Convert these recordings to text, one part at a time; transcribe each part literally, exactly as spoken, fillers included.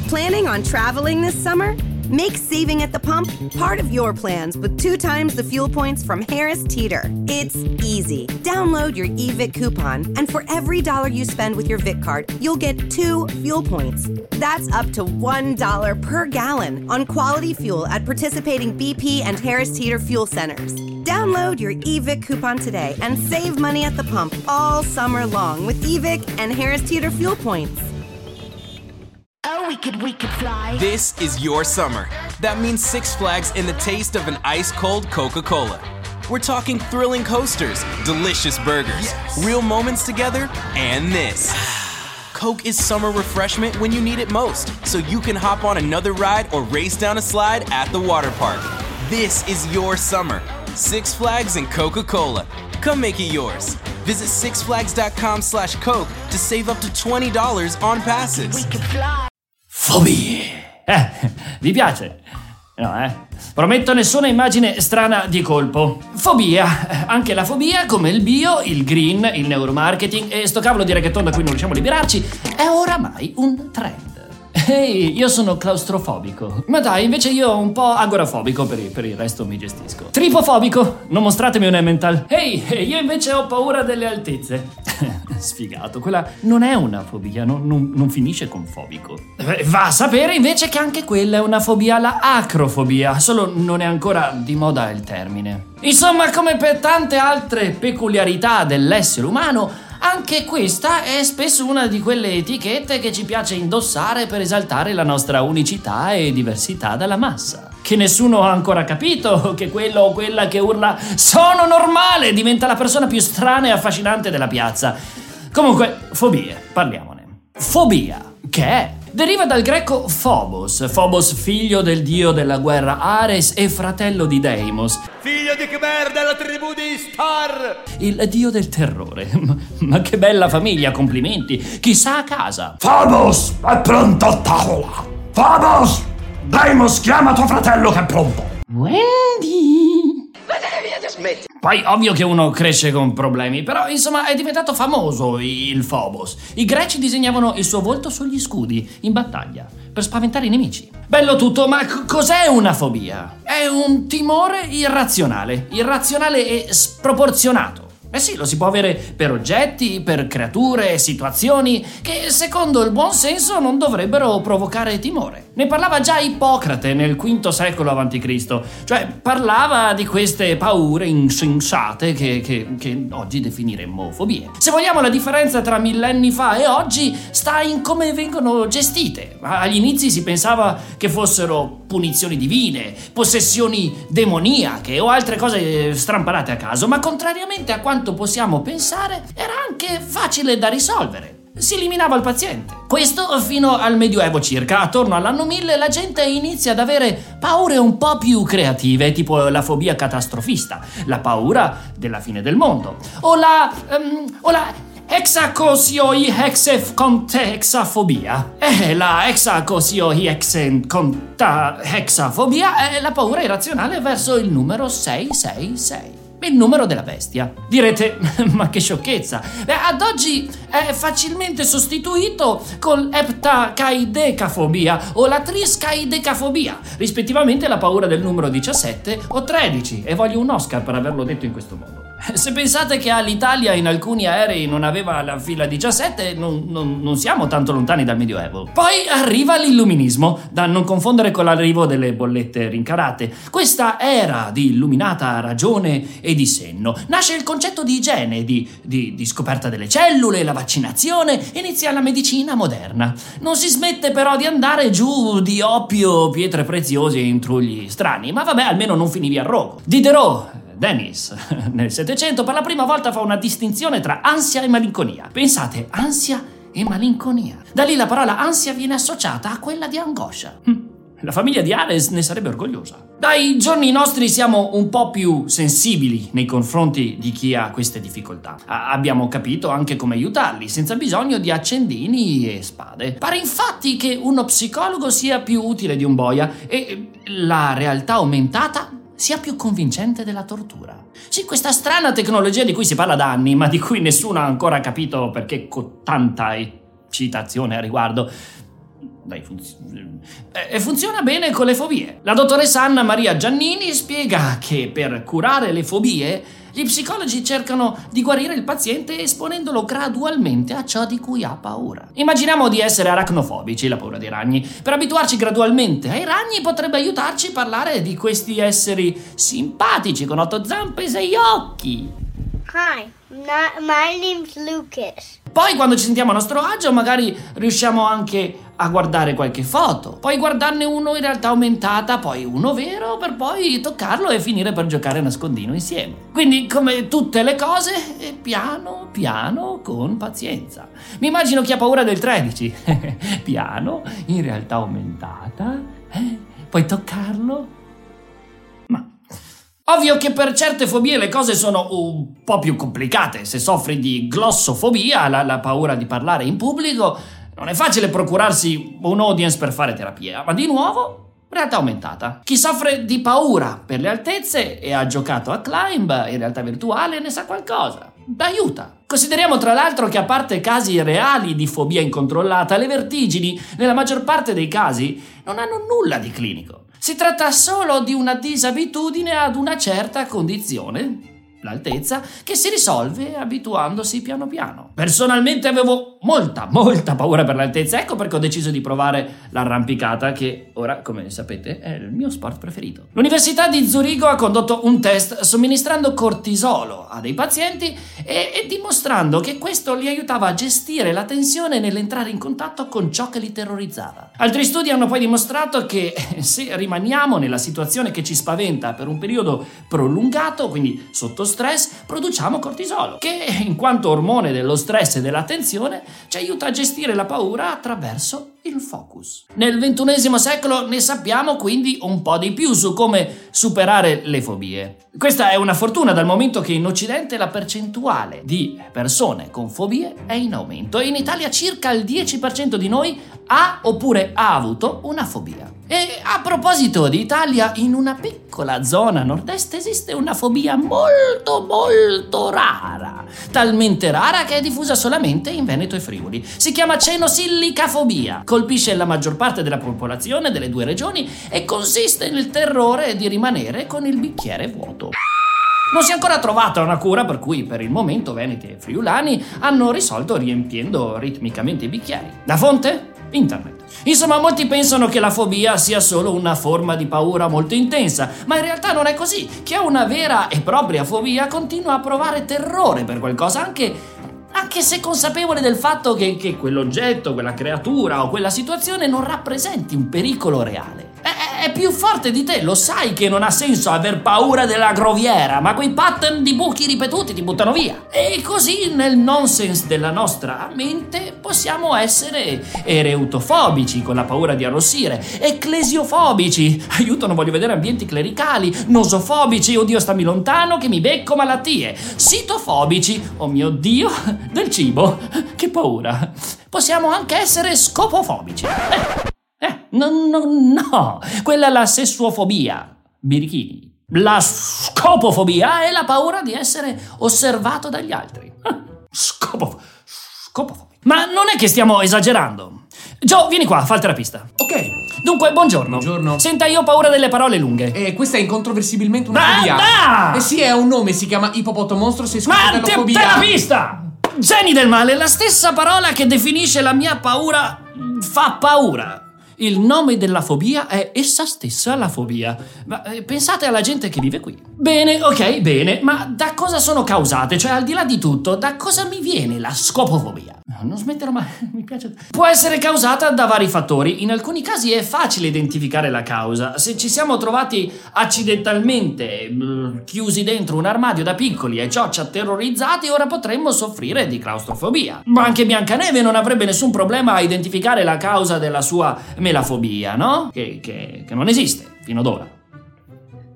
Planning on traveling this summer? Make saving at the pump part of your plans with two times the fuel points from Harris Teeter. It's easy. Download your E V I C coupon, and for every dollar you spend with your V I C card, you'll get two fuel points. That's up to one dollar per gallon on quality fuel at participating B P and Harris Teeter fuel centers. Download your E V I C coupon today and save money at the pump all summer long with E V I C and Harris Teeter fuel points. Oh, we could, we could fly. This is your summer. That means Six Flags and the taste of an ice-cold Coca-Cola. We're talking thrilling coasters, delicious burgers, yes. real moments together, and this. Coke is summer refreshment when you need it most, so you can hop on another ride or race down a slide at the water park. This is your summer. Six Flags and Coca-Cola. Come make it yours. Visit sixflags.com slash Coke to save up to twenty dollars on passes. We could fly. Fobie. Eh, vi piace? No, eh? Prometto nessuna immagine strana di colpo. Fobia. Anche la fobia, come il bio, il green, il neuromarketing e sto cavolo di reggaeton da cui non riusciamo a liberarci, è oramai un trend. Ehi, hey, io sono claustrofobico. Ma dai, invece io un po' agorafobico, per il, per il resto mi gestisco. Tripofobico, non mostratemi un Emmental. Ehi, hey, io invece ho paura delle altezze. Sfigato, quella non è una fobia, non, non, non finisce con fobico. Va a sapere invece che anche quella è una fobia, la acrofobia, solo non è ancora di moda il termine. Insomma, come per tante altre peculiarità dell'essere umano, anche questa è spesso una di quelle etichette che ci piace indossare per esaltare la nostra unicità e diversità dalla massa. Che nessuno ha ancora capito che quello o quella che urla "sono normale" diventa la persona più strana e affascinante della piazza. Comunque, fobie, parliamone. Fobia, che è? Deriva dal greco Phobos, Phobos figlio del dio della guerra Ares e fratello di Deimos. Figlio di Khmer della tribù di Star! Il dio del terrore. Ma che bella famiglia, complimenti. Chissà a casa. Phobos, è pronto a tavola. Phobos, Deimos chiama tuo fratello che è pronto. Wendy. Smetti. Poi ovvio che uno cresce con problemi, però insomma è diventato famoso il Phobos. I greci disegnavano il suo volto sugli scudi in battaglia per spaventare i nemici. Bello tutto, ma c- cos'è una fobia? È un timore irrazionale, irrazionale e sproporzionato. Eh sì, lo si può avere per oggetti, per creature, situazioni che secondo il buon senso non dovrebbero provocare timore. Ne parlava già Ippocrate nel quinto secolo avanti Cristo, cioè parlava di queste paure insensate che, che, che oggi definiremmo fobie. Se vogliamo, la differenza tra millenni fa e oggi sta in come vengono gestite. Agli inizi si pensava che fossero punizioni divine, possessioni demoniache o altre cose strampalate a caso, ma contrariamente a quanto possiamo pensare, era anche facile da risolvere. Si eliminava il paziente. Questo fino al Medioevo circa. Attorno all'anno mille la gente inizia ad avere paure un po' più creative, tipo la fobia catastrofista, la paura della fine del mondo, o la... Um, o la Hexacosioi hexef conte hexafobia. Eh, la hexacosioi hexen conta hexafobia è la paura irrazionale verso il numero sei sei sei. Il numero della bestia. Direte, ma che sciocchezza. Beh, ad oggi è facilmente sostituito con l'eptacaidecafobia o la triscaidecafobia, rispettivamente la paura del numero diciassette o tredici, e voglio un Oscar per averlo detto in questo modo. Se pensate che all'Italia in alcuni aerei non aveva la fila diciassette, non, non, non siamo tanto lontani dal Medioevo. Poi arriva l'illuminismo, da non confondere con l'arrivo delle bollette rincarate. Questa era di illuminata ragione e di senno. Nasce il concetto di igiene, di, di, di scoperta delle cellule, la vaccinazione, inizia la medicina moderna. Non si smette però di andare giù di oppio, pietre preziose e intrugli strani, ma vabbè, almeno non finivi a rogo. Diderot, Denis, nel Settecento per la prima volta fa una distinzione tra ansia e malinconia. Pensate, ansia e malinconia. Da lì la parola ansia viene associata a quella di angoscia. La famiglia di Ares ne sarebbe orgogliosa. Dai giorni nostri siamo un po' più sensibili nei confronti di chi ha queste difficoltà. A- abbiamo capito anche come aiutarli, senza bisogno di accendini e spade. Pare infatti che uno psicologo sia più utile di un boia e la realtà aumentata sia più convincente della tortura. Sì, questa strana tecnologia di cui si parla da anni, ma di cui nessuno ha ancora capito perché con tanta eccitazione a riguardo. dai, funz- eh, funziona bene con le fobie. La dottoressa Anna Maria Giannini spiega che per curare le fobie gli psicologi cercano di guarire il paziente esponendolo gradualmente a ciò di cui ha paura. Immaginiamo di essere aracnofobici, la paura dei ragni. Per abituarci gradualmente ai ragni potrebbe aiutarci a parlare di questi esseri simpatici con otto zampe e sei occhi. Hi, my name's Lucas. Poi quando ci sentiamo a nostro agio magari riusciamo anche a guardare qualche foto, poi guardarne uno in realtà aumentata, poi uno vero, per poi toccarlo e finire per giocare a nascondino insieme. Quindi, come tutte le cose, piano piano con pazienza. Mi immagino chi ha paura del tredici. Piano, in realtà aumentata, eh? Poi toccarlo. Ma ovvio che per certe fobie le cose sono un po' più complicate. Se soffri di glossofobia, la, la paura di parlare in pubblico, non è facile procurarsi un audience per fare terapia, ma di nuovo, realtà aumentata. Chi soffre di paura per le altezze e ha giocato a Climb in realtà virtuale ne sa qualcosa. Aiuta. Consideriamo tra l'altro che a parte casi reali di fobia incontrollata, le vertigini, nella maggior parte dei casi, non hanno nulla di clinico. Si tratta solo di una disabitudine ad una certa condizione, l'altezza, che si risolve abituandosi piano piano. Personalmente avevo molta, molta paura per l'altezza, ecco perché ho deciso di provare l'arrampicata, che ora, come sapete, è il mio sport preferito. L'Università di Zurigo ha condotto un test somministrando cortisolo a dei pazienti e, e dimostrando che questo li aiutava a gestire la tensione nell'entrare in contatto con ciò che li terrorizzava. Altri studi hanno poi dimostrato che se rimaniamo nella situazione che ci spaventa per un periodo prolungato, quindi sotto stress, produciamo cortisolo, che in quanto ormone dello stress e della tensione ci aiuta a gestire la paura attraverso il focus. Nel ventunesimo secolo ne sappiamo quindi un po' di più su come superare le fobie. Questa è una fortuna dal momento che in Occidente la percentuale di persone con fobie è in aumento e in Italia circa il dieci per cento di noi ha oppure ha avuto una fobia. E a proposito di Italia, in una piccola zona nord-est esiste una fobia molto molto rara, talmente rara che è diffusa solamente in Veneto e Friuli. Si chiama cenosillicafobia, colpisce la maggior parte della popolazione delle due regioni e consiste nel terrore di rimanere con il bicchiere vuoto. Non si è ancora trovata una cura, per cui per il momento veneti e friulani hanno risolto riempiendo ritmicamente i bicchieri. La fonte? Internet. Insomma, molti pensano che la fobia sia solo una forma di paura molto intensa, ma in realtà non è così. Chi ha una vera e propria fobia continua a provare terrore per qualcosa, anche, anche se consapevole del fatto che, che quell'oggetto, quella creatura o quella situazione non rappresenti un pericolo reale. È, è più forte di te, lo sai che non ha senso aver paura della groviera, ma quei pattern di buchi ripetuti ti buttano via. E così nel nonsense della nostra mente possiamo essere ereutofobici, con la paura di arrossire, ecclesiofobici, aiuto non voglio vedere ambienti clericali, nosofobici, oddio stammi lontano che mi becco malattie, sitofobici, oh mio Dio, del cibo, che paura. Possiamo anche essere scopofobici. Eh. Eh, no, no, no, quella è la sessuofobia, birichini. La scopofobia è la paura di essere osservato dagli altri. Scopo, scopofobia. Ma non è che stiamo esagerando. Gio, vieni qua, fa il terapista. Ok. Dunque, buongiorno. Buongiorno. Senta, io ho paura delle parole lunghe. Eh, questa è incontroversibilmente una Ma fobia. da! Eh sì, è un nome, si chiama ipopotomonstro se Ma te- fobia. terapista! Geni del male, la stessa parola che definisce la mia paura fa paura. Il nome della fobia è essa stessa la fobia. Ma eh, pensate alla gente che vive qui. Bene, ok, bene, ma da cosa sono causate? Cioè, al di là di tutto, da cosa mi viene la scopofobia? Non smetterò mai, mi piace. Può essere causata da vari fattori. In alcuni casi è facile identificare la causa. Se ci siamo trovati accidentalmente mh, chiusi dentro un armadio da piccoli e ciò ci ha terrorizzati, ora potremmo soffrire di claustrofobia. Ma anche Biancaneve non avrebbe nessun problema a identificare la causa della sua melafobia, no? Che, che, che non esiste, fino ad ora.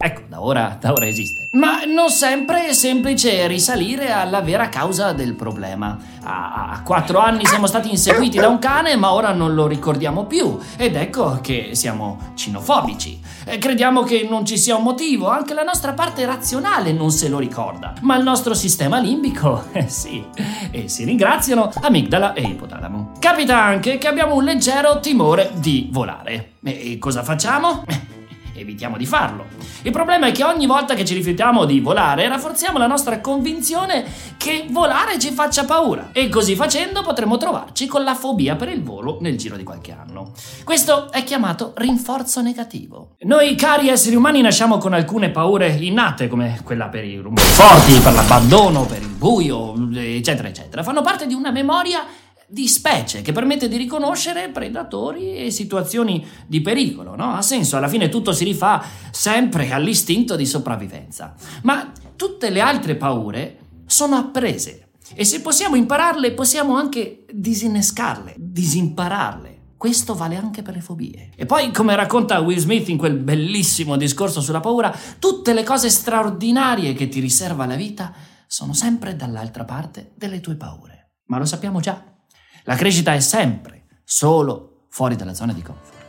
Ecco, da ora, da ora esiste. Ma non sempre è semplice risalire alla vera causa del problema. A, a quattro anni siamo stati inseguiti da un cane, ma ora non lo ricordiamo più. Ed ecco che siamo cinofobici. E crediamo che non ci sia un motivo, anche la nostra parte razionale non se lo ricorda. Ma il nostro sistema limbico, eh sì, e si ringraziano amigdala e ipotalamo. Capita anche che abbiamo un leggero timore di volare. E cosa facciamo? Evitiamo di farlo. Il problema è che ogni volta che ci rifiutiamo di volare rafforziamo la nostra convinzione che volare ci faccia paura e così facendo potremo trovarci con la fobia per il volo nel giro di qualche anno. Questo è chiamato rinforzo negativo. Noi cari esseri umani nasciamo con alcune paure innate, come quella per i rumori forti, per l'abbandono, per il buio, eccetera eccetera. Fanno parte di una memoria di specie che permette di riconoscere predatori e situazioni di pericolo, no? Ha senso, alla fine tutto si rifà sempre all'istinto di sopravvivenza. Ma tutte le altre paure sono apprese e se possiamo impararle possiamo anche disinnescarle, disimpararle. Questo vale anche per le fobie. E poi, come racconta Will Smith in quel bellissimo discorso sulla paura, tutte le cose straordinarie che ti riserva la vita sono sempre dall'altra parte delle tue paure. Ma lo sappiamo già. La crescita è sempre solo fuori dalla zona di comfort.